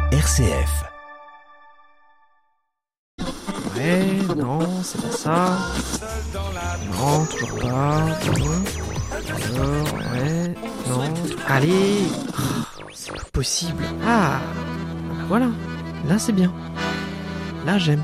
RCF. Ouais, non, c'est pas ça. Non, toujours pas. Alors, ouais, non. Allez, c'est pas possible. Ah, voilà. Là, c'est bien. Là, j'aime.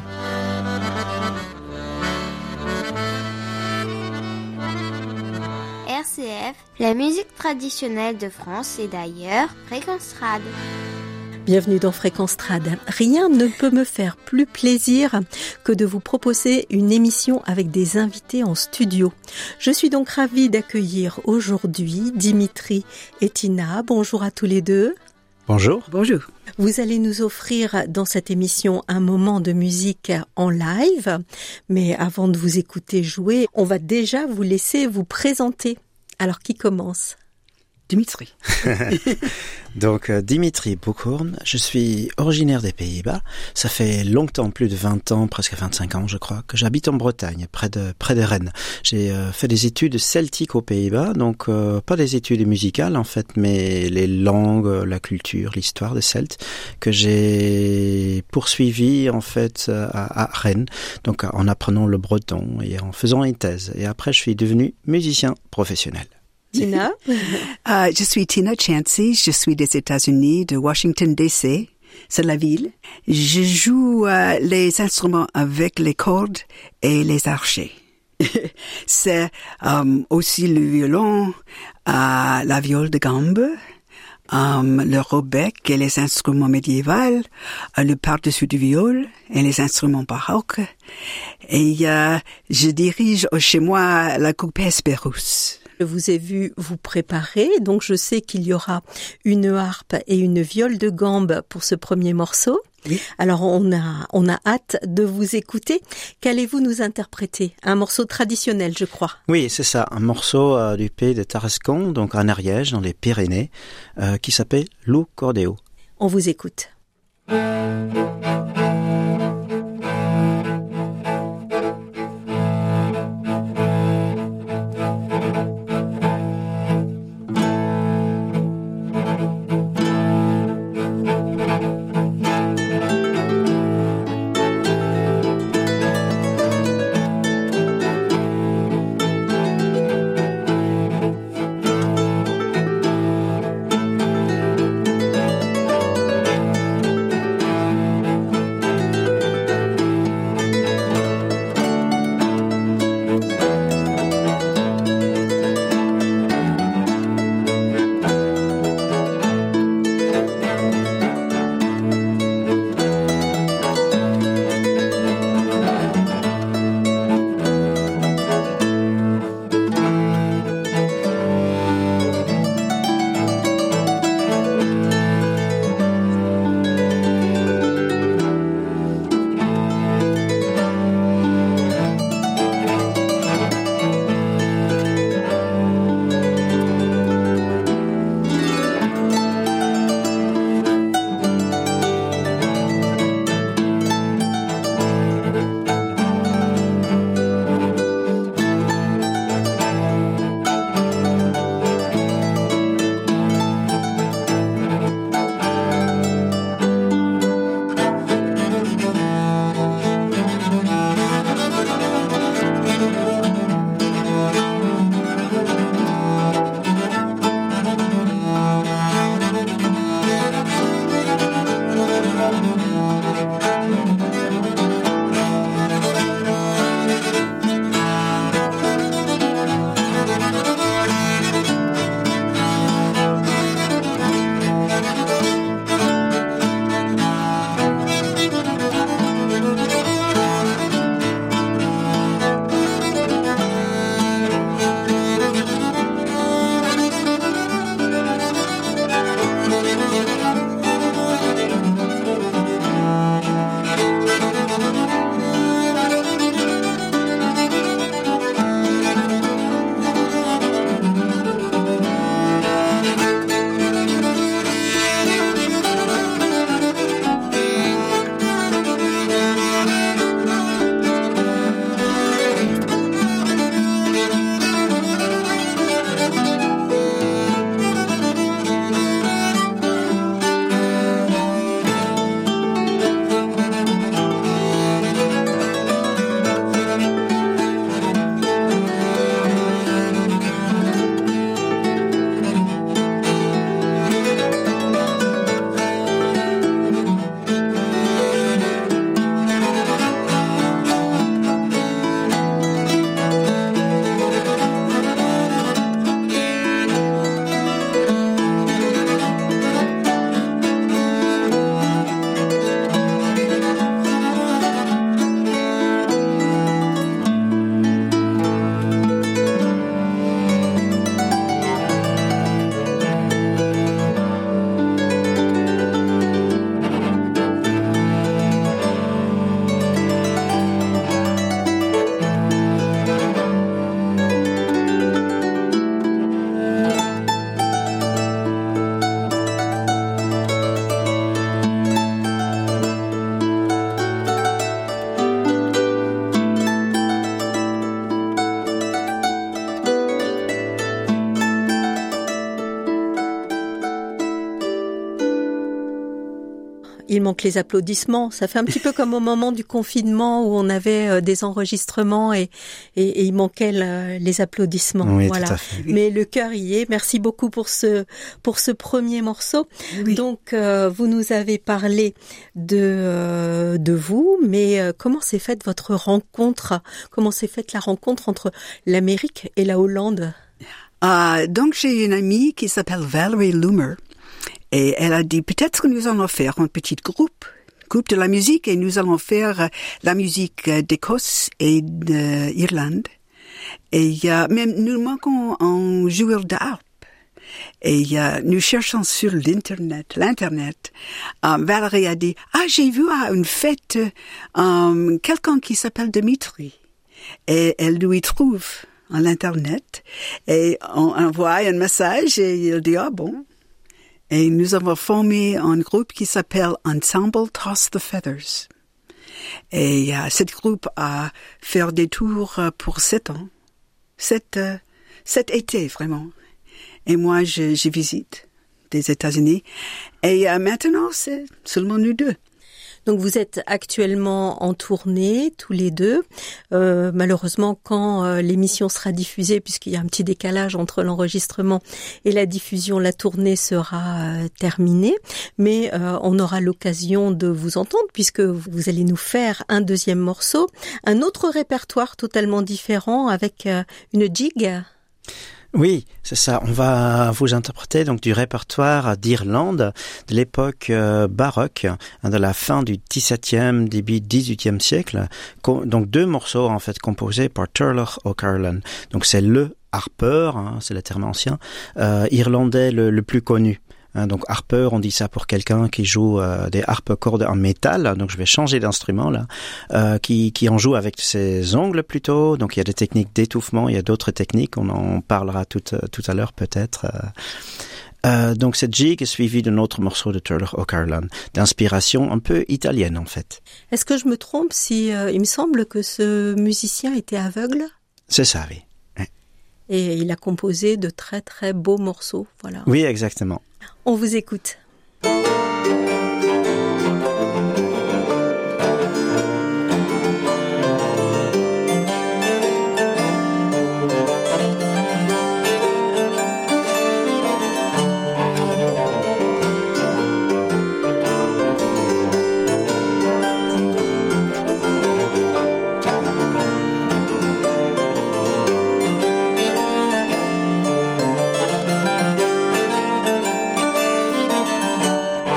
RCF, la musique traditionnelle de France et d'ailleurs, Fréquence Trad. Bienvenue dans Fréquence Trad. Rien ne peut me faire plus plaisir que de vous proposer une émission avec des invités en studio. Je suis donc ravie d'accueillir aujourd'hui Dimitri et Tina. Bonjour à tous les deux. Bonjour. Bonjour. Vous allez nous offrir dans cette émission un moment de musique en live. Mais avant de vous écouter jouer, on va déjà vous laisser vous présenter. Alors, qui commence ? Dimitri. Donc, Dimitri Boekhorn, je suis originaire des Pays-Bas. Ça fait longtemps, plus de 20 ans, presque 25 ans, je crois, que j'habite en Bretagne, près de Rennes. J'ai fait des études celtiques aux Pays-Bas, donc pas des études musicales, en fait, mais les langues, la culture, l'histoire des Celtes, que j'ai poursuivi, en fait, à Rennes, donc en apprenant le breton et en faisant une thèse. Et après, je suis devenu musicien professionnel. Tina. Je suis Tina Chansey, je suis des États-Unis, de Washington DC, c'est la ville. Je joue les instruments avec les cordes et les archets. C'est aussi le violon, la viole de gambe, le rebec et les instruments médiévaux, le par-dessus du viol et les instruments baroques. Et je dirige chez moi la groupe Hesperus. Je vous ai vu vous préparer, donc je sais qu'il y aura une harpe et une viole de gambe pour ce premier morceau. Oui. Alors on a hâte de vous écouter. Qu'allez-vous nous interpréter ? Un morceau traditionnel, je crois. Oui, c'est ça, un morceau du pays de Tarascon, donc en Ariège, dans les Pyrénées, qui s'appelle Lou Cordeo. On vous écoute. Il manque les applaudissements. Ça fait un petit peu comme au moment du confinement où on avait des enregistrements et il manquait les applaudissements. Oui, voilà. tout à fait. Mais le cœur y est. Merci beaucoup pour ce premier morceau. Oui. Donc, vous nous avez parlé de vous, mais comment s'est faite votre rencontre? Comment s'est faite la rencontre entre l'Amérique et la Hollande? Donc, j'ai une amie qui s'appelle Valerie Loomer. Et elle a dit, peut-être que nous allons faire un petit groupe de la musique, et nous allons faire la musique d'Écosse et d'Irlande. Et même nous manquons un joueur de harpe. Et nous cherchons sur l'internet. Valérie a dit, j'ai vu à une fête quelqu'un qui s'appelle Dimitri. Et elle lui trouve à l'internet. Et on envoie un message et il dit, bon. Et nous avons formé un groupe qui s'appelle Ensemble Toss the Feathers. Et ce groupe a fait des tours pour 7 ans. Cet été, vraiment. Et moi, je visite des États-Unis. Et maintenant, c'est seulement nous deux. Donc vous êtes actuellement en tournée tous les deux. Malheureusement, quand l'émission sera diffusée, puisqu'il y a un petit décalage entre l'enregistrement et la diffusion, la tournée sera terminée. Mais on aura l'occasion de vous entendre puisque vous allez nous faire un deuxième morceau, un autre répertoire totalement différent avec une jig. Oui, c'est ça. On va vous interpréter donc du répertoire d'Irlande de l'époque baroque, de la fin du XVIIe, début XVIIIe siècle. Donc 2 morceaux en fait composés par Turlough O'Carolan. Donc c'est le harper, c'est le terme ancien, irlandais le plus connu. Donc harper, on dit ça pour quelqu'un qui joue des harpes cordes en métal. Donc je vais changer d'instrument là, qui en joue avec ses ongles plutôt. Donc il y a des techniques d'étouffement, il y a d'autres techniques. On en parlera tout à l'heure peut-être. Donc cette jig est suivie d'un autre morceau de Turlough O'Carolan, d'inspiration un peu italienne en fait. Est-ce que je me trompe si il me semble que ce musicien était aveugle? C'est ça, oui. Et il a composé de très très beaux morceaux, voilà. Oui, exactement. On vous écoute. I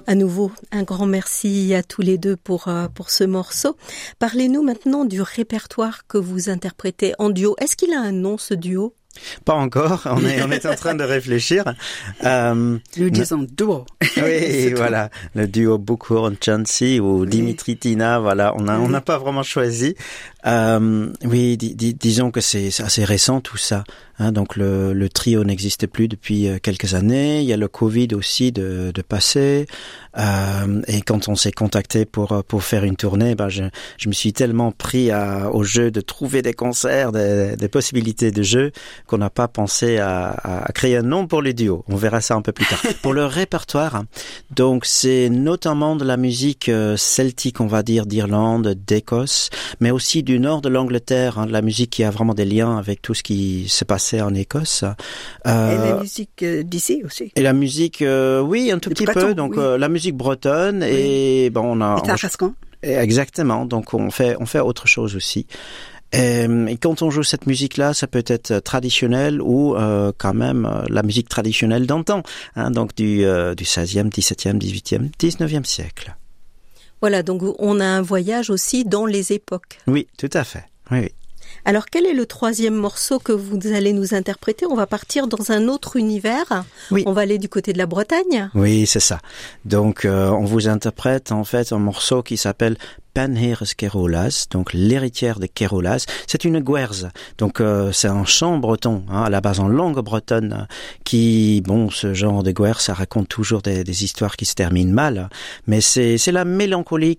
À nouveau, un grand merci à tous les deux pour ce morceau. Parlez-nous maintenant du répertoire que vous interprétez en duo. Est-ce qu'il a un nom, ce duo? Pas encore, on est en train de réfléchir. Nous disons duo. Oui, voilà, le duo Bukhorn-Chancy ou Dimitri-Tina, voilà, on n'a pas vraiment choisi. Oui, disons que c'est assez récent tout ça. Hein, donc le trio n'existe plus depuis quelques années. Il y a le Covid aussi de passer. Et quand on s'est contacté pour faire une tournée, je me suis tellement pris au jeu de trouver des concerts, des possibilités de jeu, qu'on n'a pas pensé à créer un nom pour le duo. On verra ça un peu plus tard. Pour le répertoire, donc c'est notamment de la musique celtique, on va dire, d'Irlande, d'Écosse, mais aussi du nord de l'Angleterre, hein, de la musique qui a vraiment des liens avec tout ce qui se passait en Écosse. Et la musique d'ici aussi. Et la musique, oui, un tout petit peu. Donc la musique bretonne et bon, on a. Exactement. Donc on fait autre chose aussi. Et quand on joue cette musique-là, ça peut être traditionnel ou quand même la musique traditionnelle d'antan, hein, donc du 16e, 17e, 18e, 19e siècle. Voilà, donc on a un voyage aussi dans les époques. Oui, tout à fait. Oui. Alors, quel est le troisième morceau que vous allez nous interpréter? On va partir dans un autre univers. Oui. On va aller du côté de la Bretagne. Oui, c'est ça. Donc, on vous interprète en fait un morceau qui s'appelle Penheres Kerolas, donc l'héritière de Kerolas. C'est une guerze, donc c'est un chant breton, hein, à la base en langue bretonne, qui, bon, ce genre de guerre, ça raconte toujours des histoires qui se terminent mal, mais c'est la mélancolie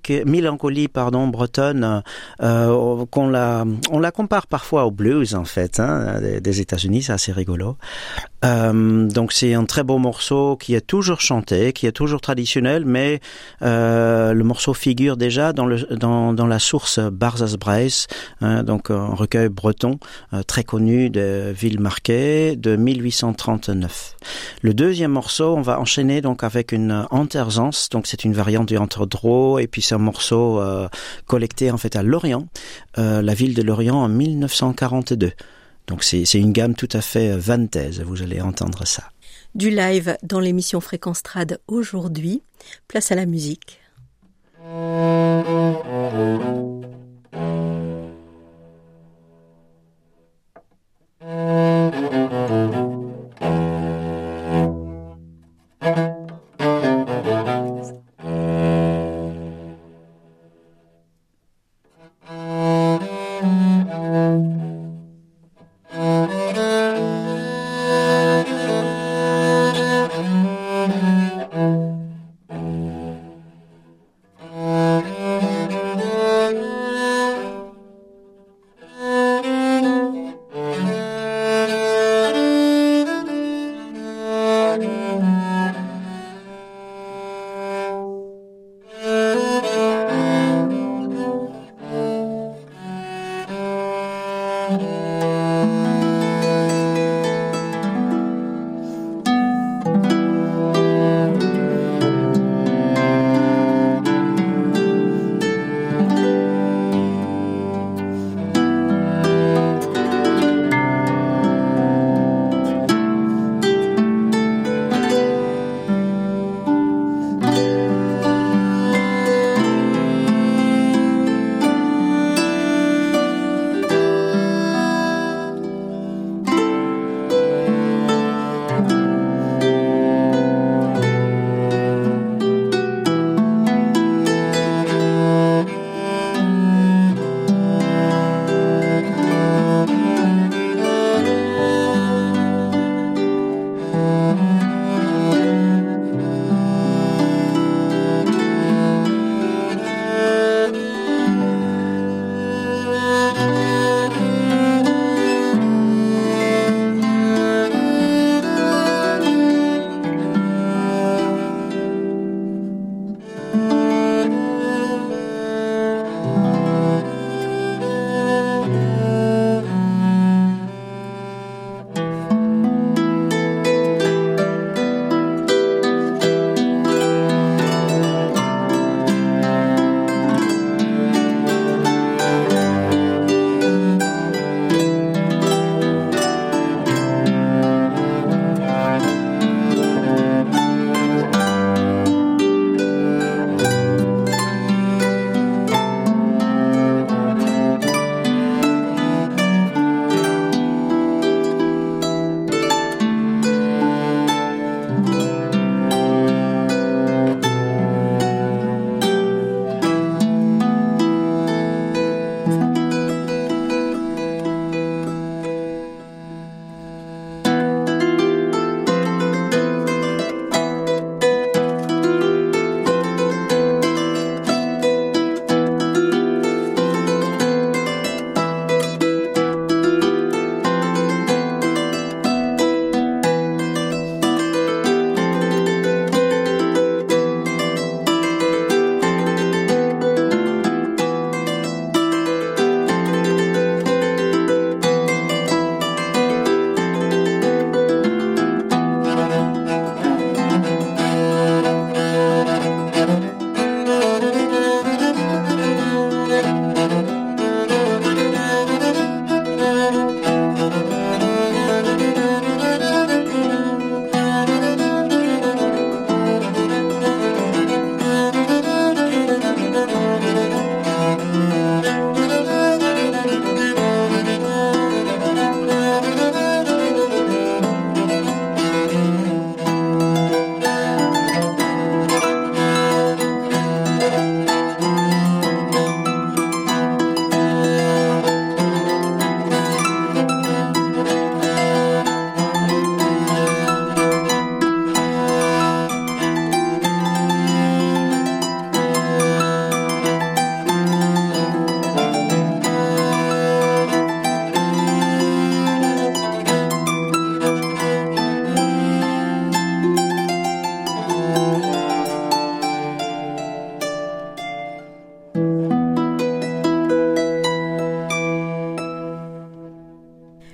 bretonne, on la compare parfois au blues en fait, hein, des États-Unis, c'est assez rigolo. Donc c'est un très beau morceau qui est toujours chanté, qui est toujours traditionnel, mais le morceau figure déjà dans la source Barzaz Brace, hein, donc un recueil breton très connu de Villemarquet de 1839. Le deuxième morceau, on va enchaîner donc avec une Anterzance, donc c'est une variante du Anterdro, et puis c'est un morceau collecté en fait à Lorient, la ville de Lorient en 1942. Donc c'est une gamme tout à fait vantaise, vous allez entendre ça. Du live dans l'émission Fréquence Trad aujourd'hui, place à la musique.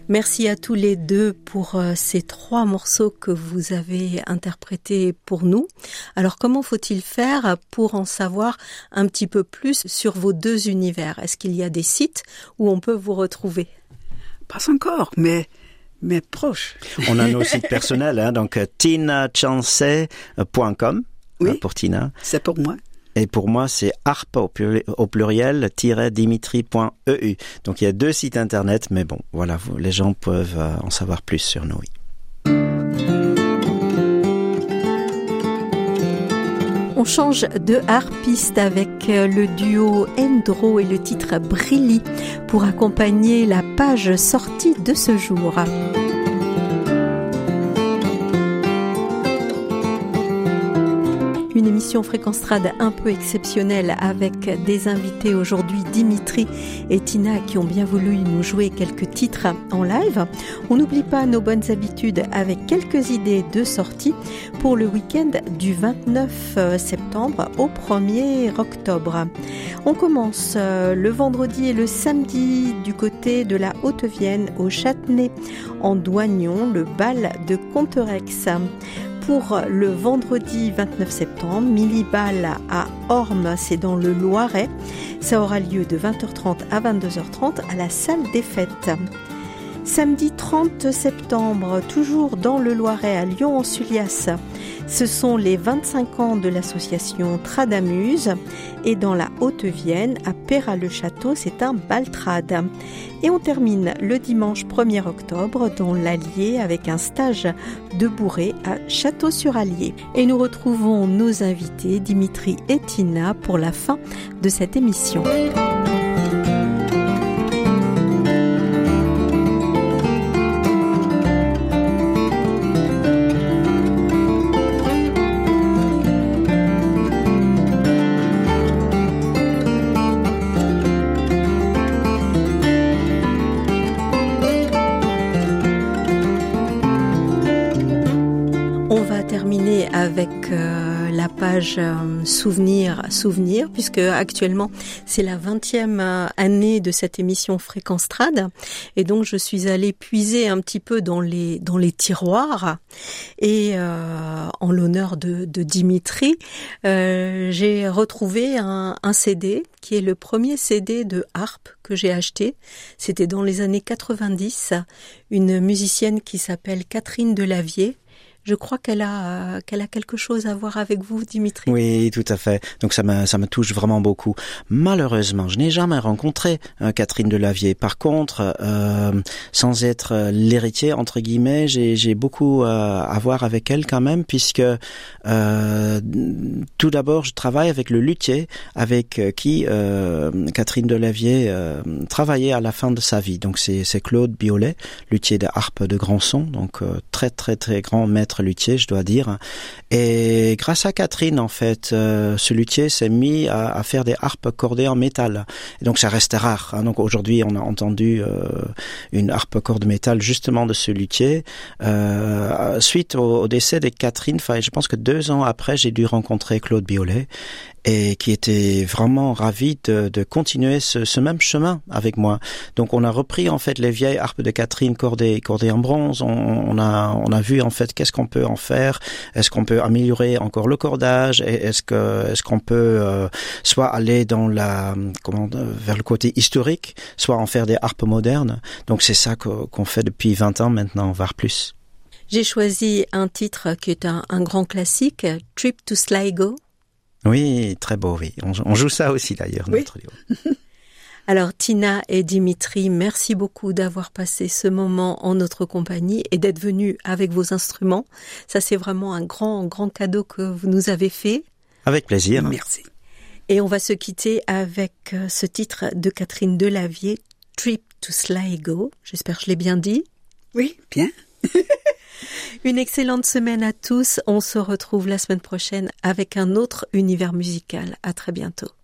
Merci à tous les deux pour ces 3 morceaux que vous avez interprétés pour nous. Alors, comment faut-il faire pour en savoir un petit peu plus sur vos 2 univers? Est-ce qu'il y a des sites où on peut vous retrouver? Pas encore, mais proche. On a nos sites personnels, donc tinachancey.com pour Tina. C'est pour moi. Et pour moi, c'est harpe au pluriel -dimitri.eu. Donc il y a 2 sites internet, mais bon, voilà, les gens peuvent en savoir plus sur nous. Oui. On change de harpiste avec le duo Endro et le titre Brilli pour accompagner la page sortie de ce jour. Une émission Fréquence Trad un peu exceptionnelle avec des invités aujourd'hui, Dimitri et Tina, qui ont bien voulu nous jouer quelques titres en live. On n'oublie pas nos bonnes habitudes avec quelques idées de sortie pour le week-end du 29 septembre au 1er octobre. On commence le vendredi et le samedi du côté de la Haute-Vienne au Châtenay, en Doignon, le bal de Conterex. Pour le vendredi 29 septembre, Millibal à Ormes, c'est dans le Loiret. Ça aura lieu de 20h30 à 22h30 à la salle des fêtes. Samedi 30 septembre, toujours dans le Loiret à Lyon-en-Sullias, ce sont les 25 ans de l'association Tradamuse, et dans la Haute-Vienne, à Péra-le-Château, c'est un bal trad. Et on termine le dimanche 1er octobre dans l'Allier avec un stage de bourrée à Château-sur-Allier. Et nous retrouvons nos invités Dimitri et Tina pour la fin de cette émission. Avec la page souvenir, puisque actuellement c'est la 20e année de cette émission Fréquence Trad, et donc je suis allée puiser un petit peu dans les tiroirs, et en l'honneur de Dimitri, j'ai retrouvé un CD qui est le premier CD de harpe que j'ai acheté. C'était dans les années 90, une musicienne qui s'appelle Catherine Delavier. Je crois qu'elle a quelque chose à voir avec vous, Dimitri. Oui, tout à fait. Donc ça me touche vraiment beaucoup. Malheureusement, je n'ai jamais rencontré Catherine Delavier. Par contre, sans être l'héritier entre guillemets, j'ai beaucoup à voir avec elle quand même, puisque tout d'abord, je travaille avec le luthier avec qui Catherine Delavier travaillait à la fin de sa vie. Donc c'est Claude Biolay, luthier de harpe de Grandson, donc très très très grand maître luthier, je dois dire. Et grâce à Catherine, en fait, ce luthier s'est mis à faire des harpes cordées en métal. Et donc ça reste rare. Hein. Donc aujourd'hui, on a entendu une harpe corde métal justement de ce luthier. Suite au décès de Catherine, je pense que 2 ans après, j'ai dû rencontrer Claude Biolay, et qui était vraiment ravi de continuer ce même chemin avec moi. Donc on a repris en fait les vieilles harpes de Catherine cordées en bronze. On a vu en fait qu'est-ce qu'on peut en faire. Est-ce qu'on peut améliorer encore le cordage? Est-ce qu'on peut soit aller dans vers le côté historique, soit en faire des harpes modernes. Donc c'est ça qu'on fait depuis 20 ans maintenant, voire plus. J'ai choisi un titre qui est un grand classique, Trip to Sligo. Oui, très beau, oui. On joue ça aussi d'ailleurs, oui. Notre duo. Alors Tina et Dimitri, merci beaucoup d'avoir passé ce moment en notre compagnie et d'être venus avec vos instruments. Ça, c'est vraiment un grand cadeau que vous nous avez fait. Avec plaisir. Merci. Et on va se quitter avec ce titre de Catherine Delavier, Trip to Sligo. J'espère que je l'ai bien dit. Oui, bien. Une excellente semaine à tous. On se retrouve la semaine prochaine avec un autre univers musical. À très bientôt.